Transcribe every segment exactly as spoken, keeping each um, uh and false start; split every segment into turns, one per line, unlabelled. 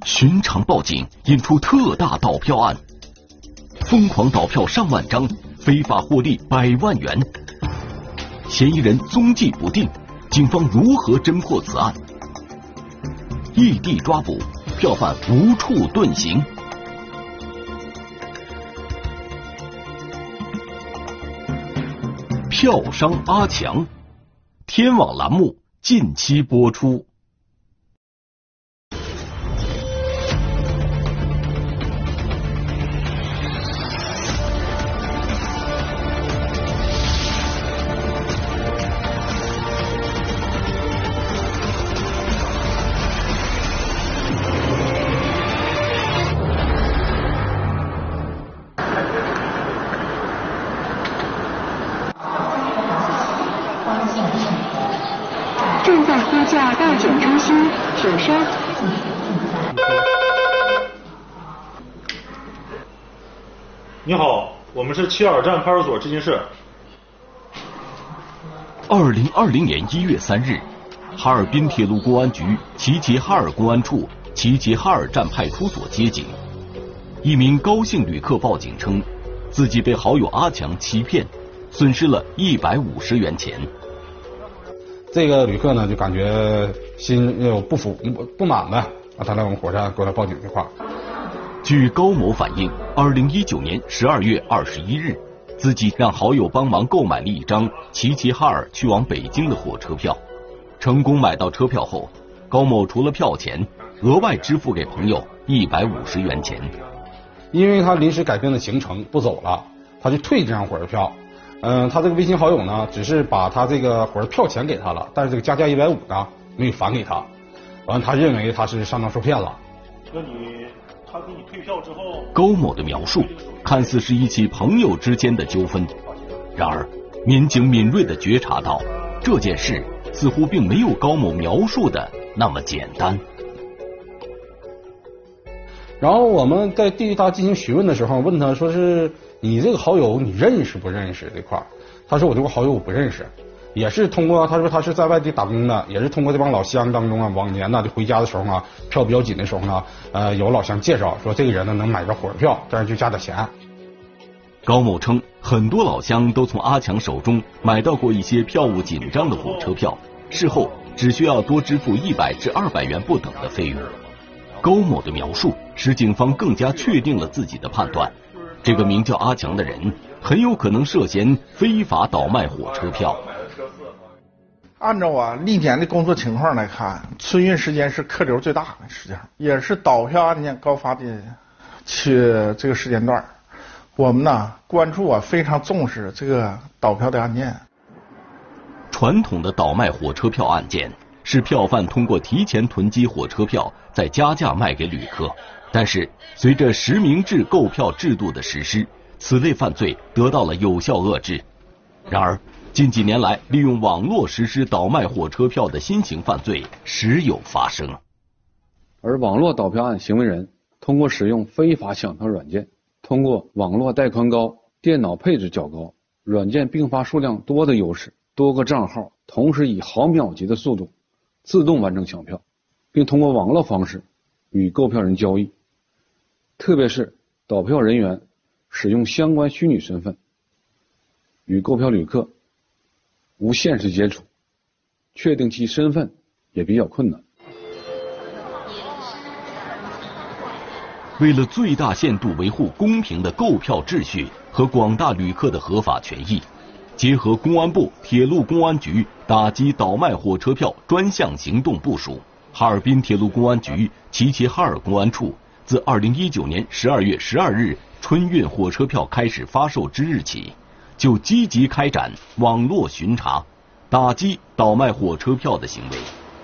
寻常报警引出特大倒票案，疯狂倒票上万张，非法获利百万元。嫌疑人踪迹不定，警方如何侦破此案？异地抓捕，票贩无处遁形。票商阿强，天网栏目近期播出。
正在呼叫到检中心，请稍。
你好，我们是七尔站派出所执勤室。
二零二零年一月三日，哈尔滨铁路公安局齐齐哈尔公安处齐齐哈尔站派出所接警，一名高姓旅客报警称，自己被好友阿强欺骗，损失了一百五十元钱。
这个旅客呢，就感觉心有不服不不满的，啊，他来我们火车站过来报警这块。
据高某反映，二零一九年十二月二十一日，自己让好友帮忙购买了一张齐齐哈尔去往北京的火车票。成功买到车票后，高某除了票钱，额外支付给朋友一百五十元钱。
因为他临时改变了行程不走了，他就退这张火车票。嗯，他这个微信好友呢，只是把他这个火车票钱给他了，但是这个加价一百五呢没有返给他，完他认为他是上当受骗了。
那你他给你退票之后，
高某的描述看似是一起朋友之间的纠纷，然而民警敏锐地觉察到，这件事似乎并没有高某描述的那么简单。
然后我们在对他进行询问的时候，问他说是你这个好友你认识不认识这块？他说我这个好友我不认识，也是通过他说他是在外地打工的，也是通过这帮老乡当中啊，往年呢就回家的时候啊，票比较紧的时候呢，呃有老乡介绍说这个人呢能买着火车票，但是就加点钱。
高某称，很多老乡都从阿强手中买到过一些票务紧张的火车票，事后只需要多支付一百至二百元不等的费用。高某的描述使警方更加确定了自己的判断，这个名叫阿强的人很有可能涉嫌非法倒卖火车票。
按照啊历年的工作情况来看，春运时间是客流最大的时间，也是倒票案件高发的去这个时间段。我们呢关注啊非常重视这个倒票的案件。
传统的倒卖火车票案件是票贩通过提前囤积火车票，再加价卖给旅客。但是随着实名制购票制度的实施，此类犯罪得到了有效遏制。然而近几年来，利用网络实施倒卖火车票的新型犯罪时有发生。
而网络倒票案行为人通过使用非法抢票软件，通过网络带宽高、电脑配置较高、软件并发数量多的优势，多个账号同时以毫秒级的速度自动完成抢票，并通过网络方式与购票人交易。特别是倒票人员使用相关虚拟身份与购票旅客无现实接触，确定其身份也比较困难。
为了最大限度维护公平的购票秩序和广大旅客的合法权益，结合公安部铁路公安局打击倒卖火车票专项行动部署，哈尔滨铁路公安局齐齐哈尔公安处自二零一九年十二月十二日春运火车票开始发售之日起，就积极开展网络巡查，打击倒卖火车票的行为。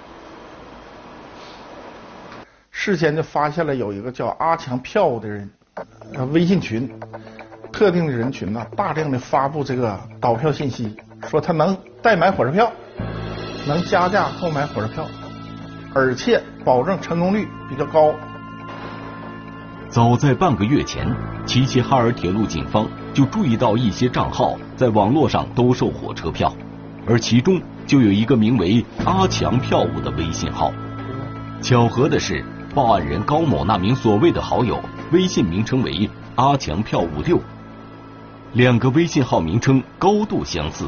事先就发现了有一个叫阿强票务的人，呃，微信群，特定的人群呢，大量的发布这个倒票信息，说他能代买火车票，能加价购买火车票，而且保证成功率比较高。
早在半个月前，齐齐哈尔铁路警方就注意到一些账号在网络上兜售火车票，而其中就有一个名为阿强票务的微信号。巧合的是， 报案人高某那名所谓的好友，微信名称为阿强票五六，两个微信号名称高度相似。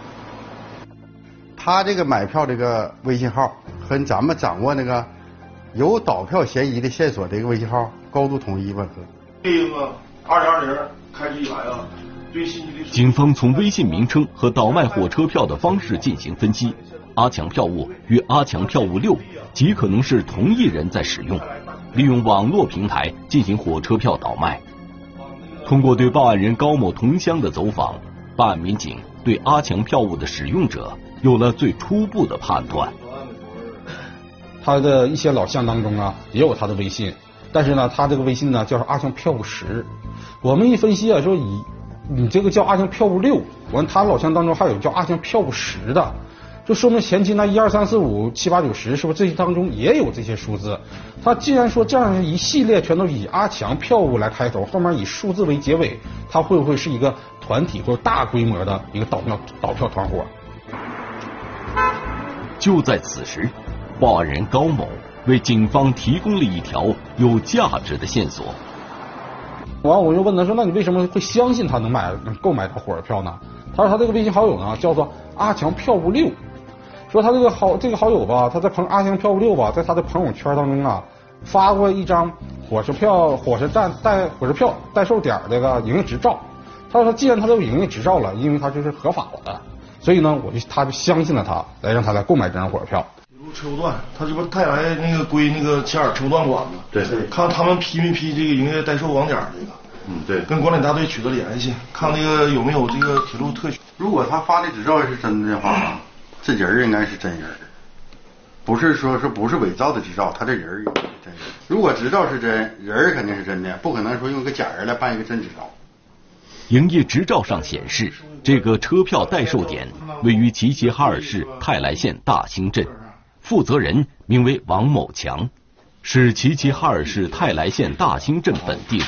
他这个买票这个微信号和咱们掌握那个有倒票嫌疑的线索的一个微信号高度统一吻合。
这个二零二零开始以来啊，对信息的
警方从微信名称和倒卖火车票的方式进行分析，阿强票务与阿强票务六极可能是同一人在使用，利用网络平台进行火车票倒卖。通过对报案人高某同乡的走访，办案民警对阿强票务的使用者有了最初步的判断。
他的一些老乡当中啊，也有他的微信，但是呢，他这个微信呢叫阿强票务十。我们一分析啊，说以你这个叫阿强票务六，完他老乡当中还有叫阿强票务十的，就说明前期那一二三四五七八九十是不是这些当中也有这些数字？他既然说这样一系列全都以阿强票务来开头，后面以数字为结尾，他会不会是一个团体或者大规模的一个倒票倒票团伙？
就在此时，报案人高某为警方提供了一条有价值的线索。
完，我就问他说：“那你为什么会相信他能买能购买到火车票呢？”他说他这个微信好友呢叫做阿强票务六，说他这个好这个好友吧，他在朋阿强票务六吧，在他的朋友圈当中啊发过一张火车票火车站代火车票代售点这个营业执照。他说既然他都有营业执照了，因为他就是合法的，所以呢我就他就相信了他，来让他来购买这张火车票。
车务段，他这不泰来那个归那个切尔车务段管吗？
对对，
看他们批没批这个营业代售网点这个。
嗯，对，
跟管理大队取得联系，看那个有没有这个铁路特许。
如果他发的执照是真的话，这人应该是真人，不是说是不是伪造的执照，他这人应该是真人。如果执照是真，人肯定是真的，不可能说用个假人来办一个真执照。
营业执照上显示，这个车票代售点位于齐齐哈尔市泰来县大兴镇，负责人名为王某强，是齐齐哈尔市泰来县大兴镇本地人。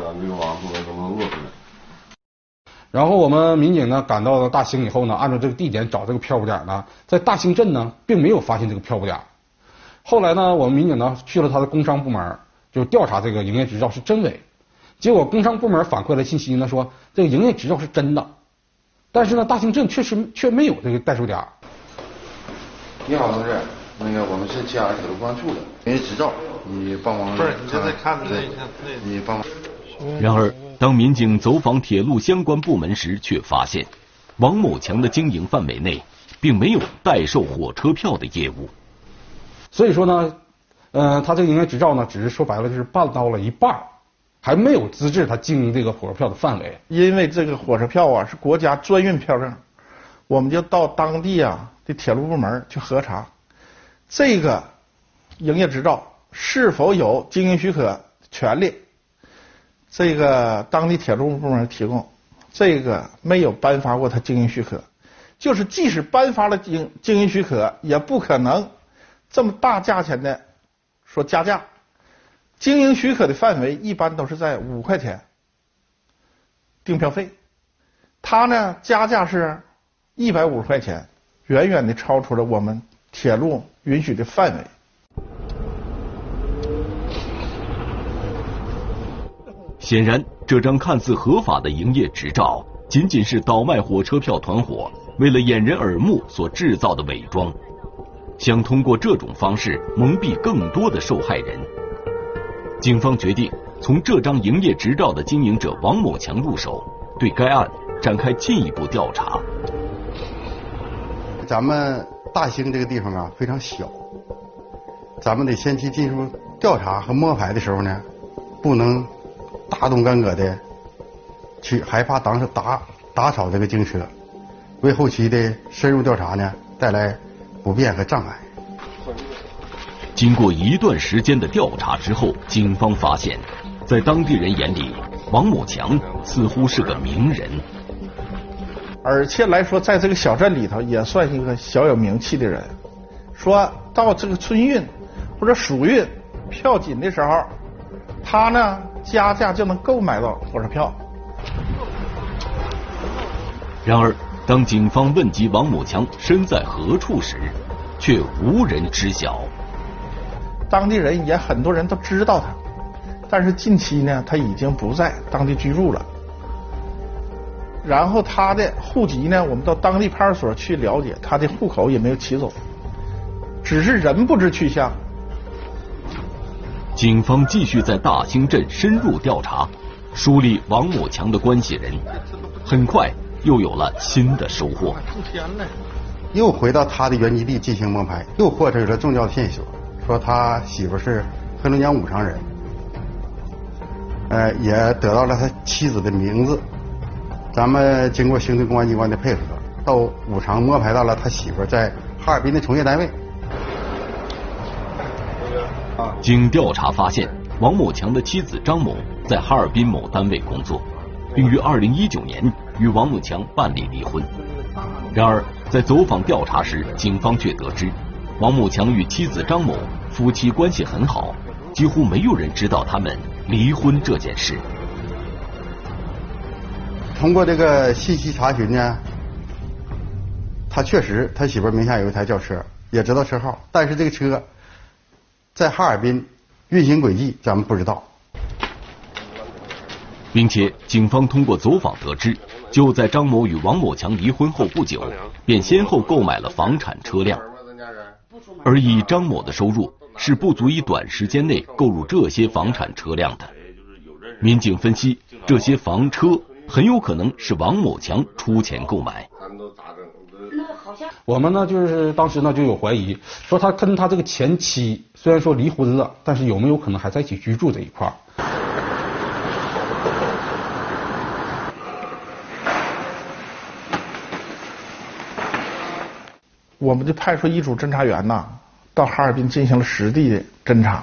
然后我们民警呢赶到了大兴以后呢，按照这个地点找这个票务点呢，在大兴镇呢并没有发现这个票务点。后来呢，我们民警呢去了他的工商部门，就调查这个营业执照是真伪。结果工商部门反馈来信息呢说，这个营业执照是真的，但是呢大兴镇确实却没有这个代售点。
你好，同志，那个我们是七二铁路公安处的营业执照，你帮忙。不是，你现在看那那，你帮忙。
然而，当民警走访铁路相关部门时，却发现王某强的经营范围内并没有代售火车票的业务。
所以说呢，呃，他这个营业执照呢，只是说白了就是办到了一半，还没有资质他经营这个火车票的范围。
因为这个火车票啊是国家专运票证，我们就到当地啊的铁路部门去核查，这个营业执照是否有经营许可权利。这个当地铁路部门提供，这个没有颁发过他经营许可，就是即使颁发了经经营许可，也不可能这么大价钱的说加价。经营许可的范围一般都是在五块钱订票费，他呢加价是一百五十块钱，远远的超出了我们铁路允许的范围。
显然，这张看似合法的营业执照，仅仅是倒卖火车票团伙为了掩人耳目所制造的伪装，想通过这种方式蒙蔽更多的受害人。警方决定从这张营业执照的经营者王某强入手，对该案展开进一步调查。
咱们大兴这个地方啊非常小，咱们得先期进入调查和摸排的时候呢，不能大动干戈的去害怕当时打打草这个警车，为后期的深入调查呢带来不便和障碍。
经过一段时间的调查之后，警方发现，在当地人眼里，王某强似乎是个名人，
而且来说，在这个小镇里头也算一个小有名气的人。说到这个春运或者暑运票紧的时候，他呢加价就能购买到火车票。
然而，当警方问及王某强身在何处时，却无人知晓。
当地人也很多人都知道他，但是近期呢，他已经不在当地居住了。然后他的户籍呢，我们到当地派出所去了解，他的户口也没有起走，只是人不知去向。
警方继续在大兴镇深入调查，梳理王某强的关系人，很快又有了新的收获。
又回到他的原籍地进行摸排，又获取了重要的线索，说他媳妇是黑龙江五常人，呃，也得到了他妻子的名字。咱们经过邢台公安机关的配合，到五常摸排到了他媳妇在哈尔滨的从业单位。
经调查发现，王某强的妻子张某在哈尔滨某单位工作，并于二零一九年与王某强办理离婚。然而，在走访调查时，警方却得知，王某强与妻子张某夫妻关系很好，几乎没有人知道他们离婚这件事。
通过这个信息查询呢，他确实他媳妇名下有一台轿车，也知道车号，但是这个车在哈尔滨运行轨迹咱们不知道。
并且警方通过走访得知，就在张某与王某强离婚后不久，便先后购买了房产车辆，而以张某的收入是不足以短时间内购入这些房产车辆的。民警分析，这些房车很有可能是王某强出钱购买。
我们呢，就是当时呢就有怀疑，说他跟他这个前妻虽然说离婚了，但是有没有可能还在一起居住这一块？
我们的派出所一组侦查员呐，到哈尔滨进行了实地的侦查。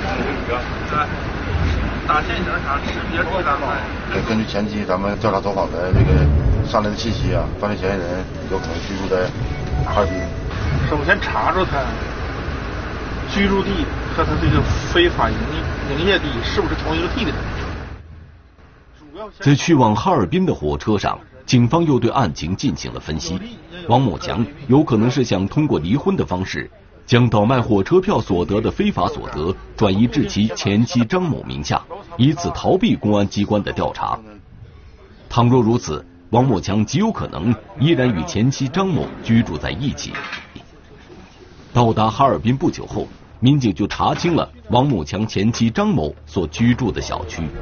打现行查识别出来的。根据前期咱们调查走访的这个上来的信息啊，犯罪嫌疑人有可能居住在哈尔滨。
首先查出他居住地和他这个非法营营业地是不是同一个地点。
在去往哈尔滨的火车上，警方又对案情进行了分析。王某强有可能是想通过离婚的方式，将倒卖火车票所得的非法所得转移至其前妻张某名下，以此逃避公安机关的调查。倘若如此，王某强极有可能依然与前妻张某居住在一起。到达哈尔滨不久后，民警就查清了王某强前妻张某所居住的小区。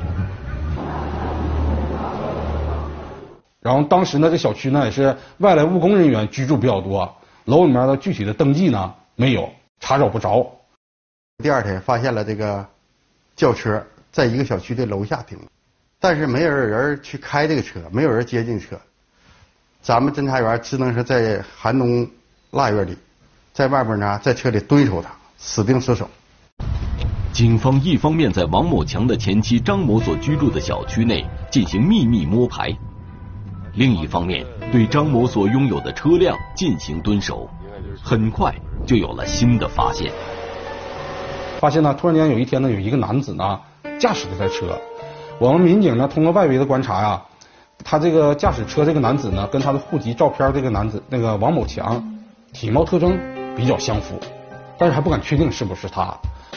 然后当时呢，这小区呢也是外来务工人员居住比较多，楼里面的具体的登记呢没有，查找不着。
第二天发现了这个轿车在一个小区的楼下停，但是没有人去开这个车，没有人接近车。咱们侦查员只能是在寒冬腊月里，在外边呢，在车里蹲守他，死定死守。
警方一方面在王某强的前妻张某所居住的小区内进行秘密摸排，另一方面对张某所拥有的车辆进行蹲守，很快就有了新的发现。
发现呢，突然间有一天呢，有一个男子呢驾驶这台车，我们民警呢通过外围的观察呀，他这个驾驶车这个男子呢，跟他的户籍照片这个男子那个王某强体貌特征比较相符，但是还不敢确定是不是他。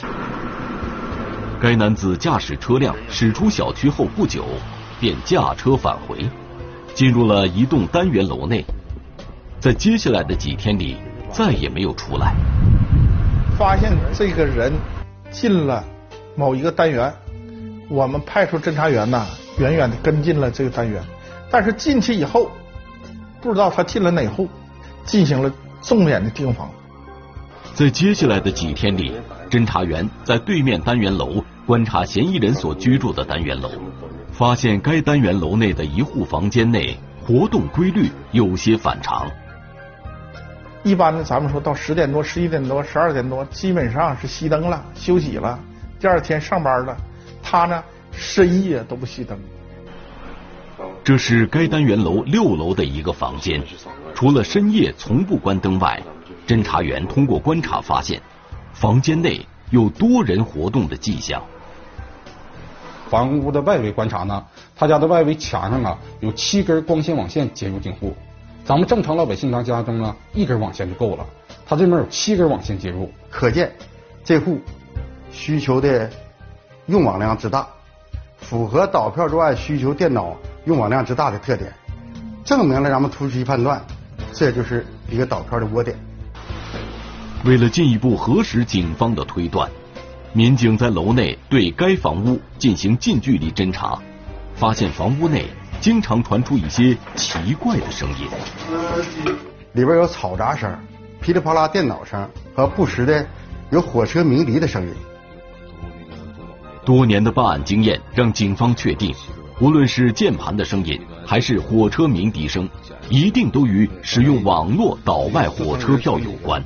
该男子驾驶车辆驶出小区后不久，便驾车返回，进入了一栋单元楼内，在接下来的几天里再也没有出来。
发现这个人进了某一个单元，我们派出侦查员呐，远远的跟进了这个单元，但是进去以后，不知道他进了哪户，进行了重点的盯防。
在接下来的几天里，侦查员在对面单元楼观察嫌疑人所居住的单元楼，发现该单元楼内的一户房间内活动规律有些反常。
一般的咱们说到十点多、十一点多、十二点多，基本上是熄灯了，休息了，第二天上班了。他呢，深夜都不熄灯。
这是该单元楼六楼的一个房间，除了深夜从不关灯外，侦查员通过观察发现，房间内有多人活动的迹象。
房屋的外围观察呢，他家的外围墙上啊有七根光纤网线接入进户。咱们正常老百姓家家中呢，一根网线就够了，他这边有七根网线接入，
可见这户需求的用网量之大，符合倒票作案需求电脑用网量之大的特点，证明了咱们突击判断，这就是一个倒票的窝点。
为了进一步核实警方的推断，民警在楼内对该房屋进行近距离侦查，发现房屋内经常传出一些奇怪的声音，
里边有嘈杂声、噼里啪啦电脑声和不时的有火车鸣笛的声音。
多年的办案经验让警方确定，无论是键盘的声音还是火车鸣笛声，一定都与使用网络倒卖火车票有关。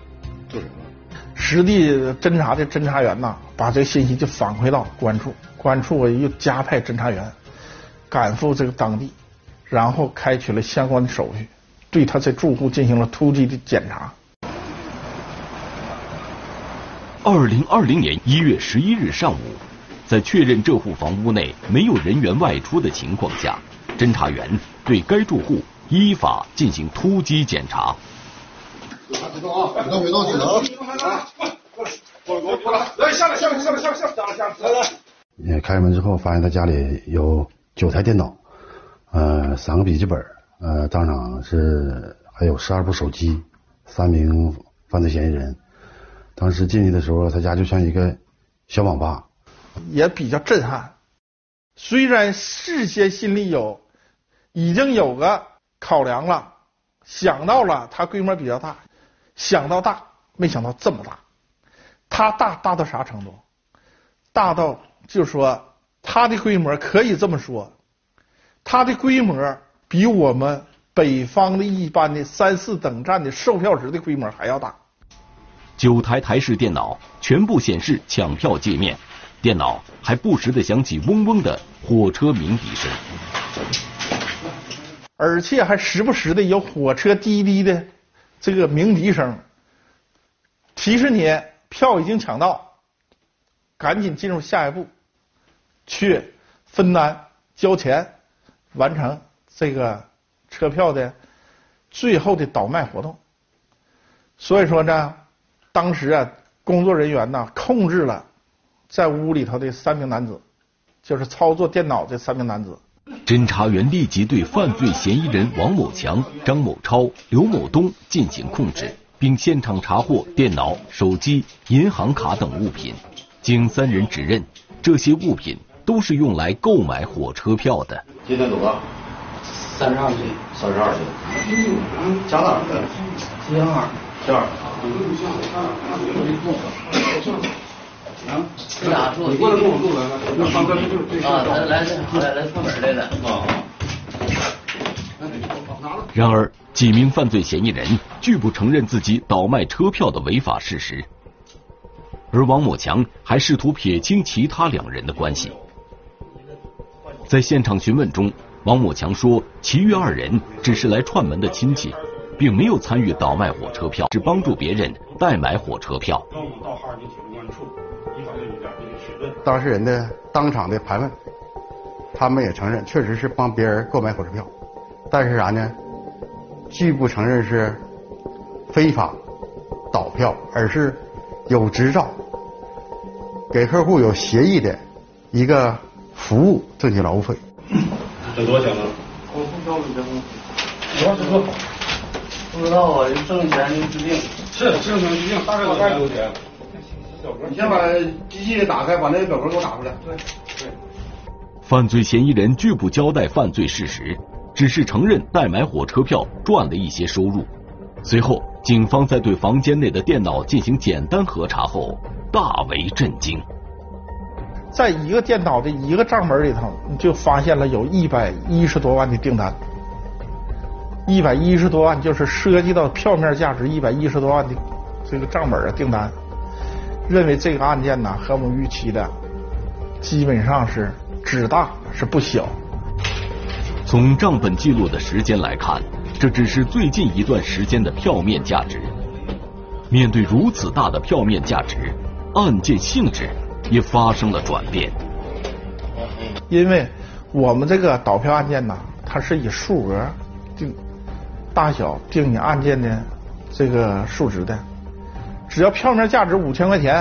实地侦查的侦查员呐，把这个信息就反馈到公安处，公安处又加派侦查员赶赴这个当地，然后开取了相关的手续，对他这住户进行了突击的检查。
二零二零年一月十一日上午，在确认这户房屋内没有人员外出的情况下，侦查员对该住户依法进行突击检查。
别动啊！别动，别动，技能。过来，过来，过来！来，下来，下来，下来，下来，下来，下来，来来。
也开门之后，发现他家里有九台电脑，呃，三个笔记本，呃，当场是还有十二部手机，三名犯罪嫌疑人。当时进去的时候，他家就像一个小网吧，
也比较震撼。虽然事先心里有已经有个考量了，想到了它规模比较大，想到大，没想到这么大。它大大到啥程度？大到就是说它的规模可以这么说，它的规模比我们北方的一般的三四等站的售票室的规模还要大。
九台台式电脑全部显示抢票界面，电脑还不时地响起嗡嗡的火车鸣笛声，
而且还时不时的有火车滴滴的这个鸣笛声，提示你票已经抢到，赶紧进入下一步，去分单交钱，完成这个车票的最后的倒卖活动。所以说呢，当时啊，工作人员呢控制了在屋里头的三名男子，就是操作电脑这三名男子。
侦查员立即对犯罪嫌疑人王某强、张某超、刘某东进行控制，并现场查获电脑、手机、银行卡等物品。经三人指认，这些物品都是用来购买火车票的。
今年多大？
三十二岁。
三十二岁。家哪儿的？
吉祥二。
这儿。
啊，这俩坐。你过来跟我录来了。那方哥就对。啊，来来来来出门来了。啊。
然而，几名犯罪嫌疑人拒不承认自己倒卖车票的违法事实，而王某强还试图撇清其他两人的关系。在现场询问中，王某强说，其余二人只是来串门的亲戚，并没有参与倒卖火车票，只帮助别人代买火车票。
当事人的当场的盘问，他们也承认确实是帮别人购买火车票，但是啥呢？拒不承认是非法倒票，而是有执照、给客户有协议的一个服务挣取劳务费。
这多少钱呢？
我不交你这工资。多少钱？不知道啊，挣钱就制定。
是挣钱制定，大概多少钱？
你先把机器打开，把那个表格给我打出来。
对对。
犯罪嫌疑人拒不交代犯罪事实，只是承认代买火车票赚了一些收入。随后，警方在对房间内的电脑进行简单核查后，大为震惊。
在一个电脑的一个账本里头，就发现了有一百一十多万的订单。一百一十多万就是涉及到票面价值一百一十多万的这个账本的订单。认为这个案件呢和我们预期的基本上是只大是不小。
从账本记录的时间来看，这只是最近一段时间的票面价值。面对如此大的票面价值，案件性质也发生了转变。
因为我们这个倒票案件呢，它是以数额定大小定你案件的这个数值的。只要票面价值五千块钱，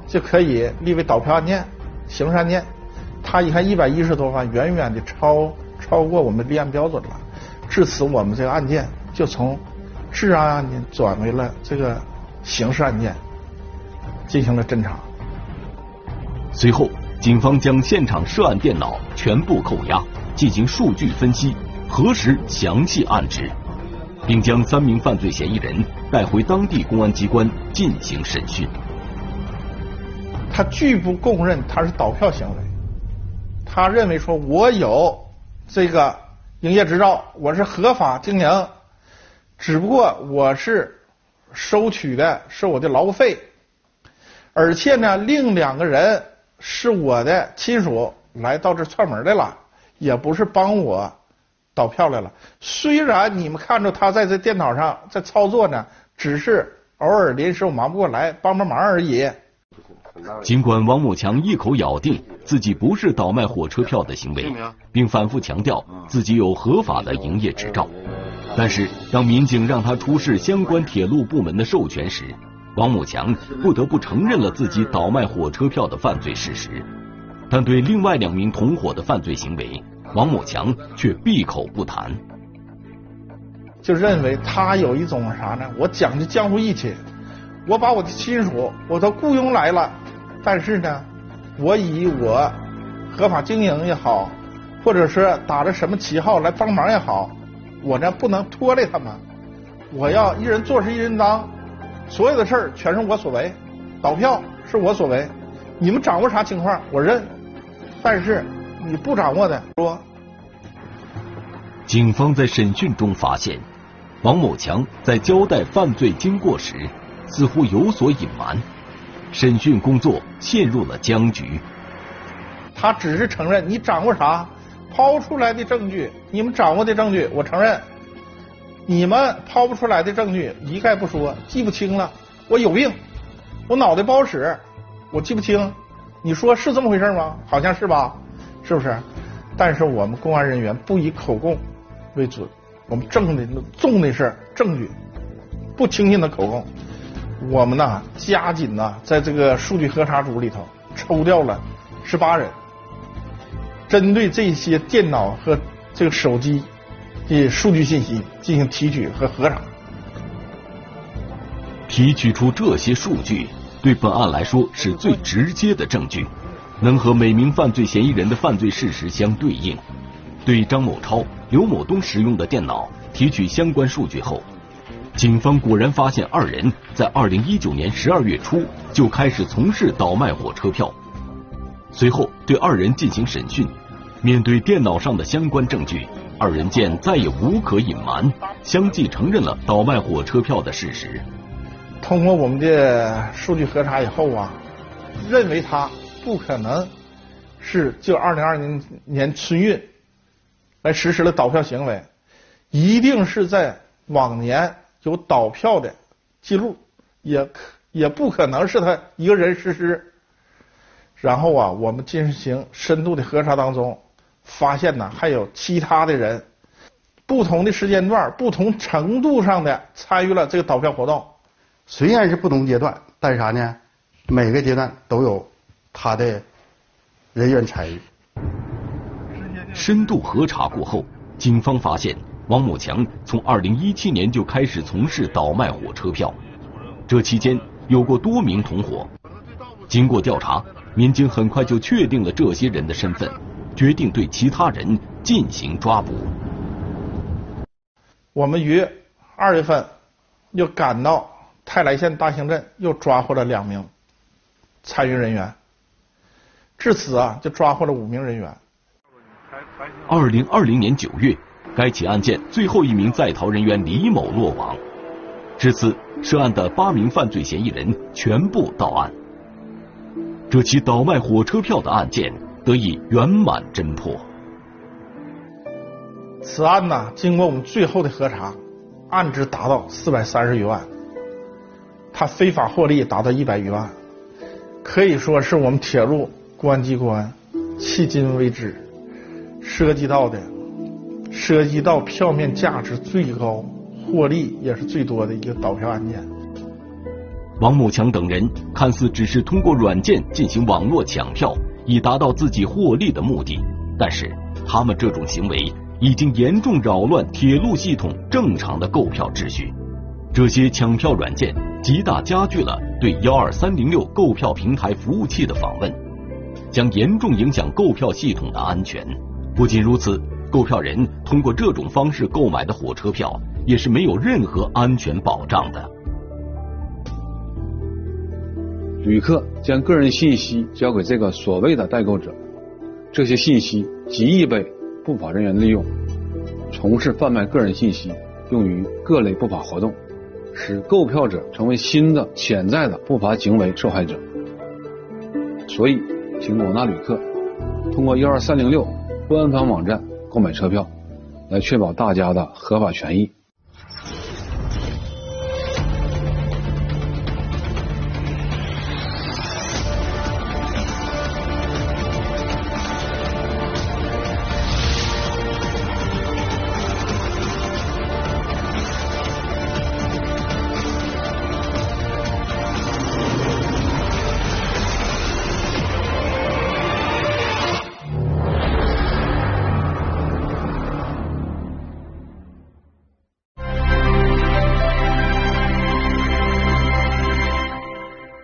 就可以立为倒票案件、刑事案件。他一看一百一十多万，远远的超超过我们立案标准了。至此，我们这个案件就从治安案件转为了这个刑事案件，进行了侦查。
随后，警方将现场涉案电脑全部扣押，进行数据分析，核实详细案址，并将三名犯罪嫌疑人带回当地公安机关进行审讯。
他拒不供认他是倒票行为，他认为说我有这个营业执照，我是合法经营，只不过我是收取的是我的劳务费，而且呢，另两个人是我的亲属来到这串门来了，也不是帮我倒票来了。虽然你们看着他在这电脑上在操作呢，只是偶尔临时我忙不过来帮帮忙而已。
尽管王某强一口咬定自己不是倒卖火车票的行为，并反复强调自己有合法的营业执照，但是当民警让他出示相关铁路部门的授权时，王某强不得不承认了自己倒卖火车票的犯罪事实。但对另外两名同伙的犯罪行为，王某强却闭口不谈，
就认为他有一种啥呢？我讲究江湖义气，我把我的亲属我都雇佣来了，但是呢，我以我合法经营也好，或者是打着什么旗号来帮忙也好，我呢不能拖累他们，我要一人做事一人当，所有的事儿全是我所为，倒票是我所为，你们掌握啥情况我认，但是你不掌握的说。
警方在审讯中发现，王某强在交代犯罪经过时似乎有所隐瞒，审讯工作陷入了僵局。
他只是承认你掌握啥，抛出来的证据，你们掌握的证据我承认，你们抛不出来的证据一概不说，记不清了，我有病，我脑袋不好使，我记不清，你说是这么回事吗？好像是吧，是不是？但是我们公安人员不以口供为准，我们重的重的是证据，不轻信的口供。我们呢加紧呢在这个数据核查组里头抽调了十八人，针对这些电脑和这个手机的数据信息进行提取和核查。
提取出这些数据对本案来说是最直接的证据，能和每名犯罪嫌疑人的犯罪事实相对应。对张某超、刘某东使用的电脑提取相关数据后，警方果然发现二人在二零一九年十二月初就开始从事倒卖火车票。随后对二人进行审讯，面对电脑上的相关证据，二人见再也无可隐瞒，相继承认了倒卖火车票的事实。
通过我们的数据核查以后啊，认为他不可能是就二零二零年春运来实施了倒票行为，一定是在往年有倒票的记录，也也不可能是他一个人实施。然后啊，我们进行深度的核查当中，发现呢还有其他的人，不同的时间段、不同程度上的参与了这个倒票活动。
虽然是不同阶段，但是啥呢？每个阶段都有他的人员参与。
深度核查过后，警方发现王某强从二零一七年就开始从事倒卖火车票，这期间有过多名同伙。经过调查，民警很快就确定了这些人的身份，决定对其他人进行抓捕。
我们于二月份又赶到泰来县大兴镇，又抓获了两名参与人员，至此啊就抓获了五名人员。
二零二零年九月，该起案件最后一名在逃人员李某落网，至此涉案的八名犯罪嫌疑人全部到案，这起倒卖火车票的案件得以圆满侦破。
此案呢，经过我们最后的核查，案值达到四百三十余万，他非法获利达到一百余万，可以说是我们铁路公安机关迄今为止涉及到的涉及到票面价值最高、获利也是最多的一个倒票案件。
王某强等人看似只是通过软件进行网络抢票，以达到自己获利的目的，但是他们这种行为已经严重扰乱铁路系统正常的购票秩序。这些抢票软件极大加剧了对一二三零六购票平台服务器的访问，将严重影响购票系统的安全。不仅如此，购票人通过这种方式购买的火车票也是没有任何安全保障的。
旅客将个人信息交给这个所谓的代购者，这些信息极易被不法人员利用，从事贩卖个人信息，用于各类不法活动，使购票者成为新的潜在的不法行为受害者。所以，请广大旅客通过一二三零六官方网站购买车票，来确保大家的合法权益。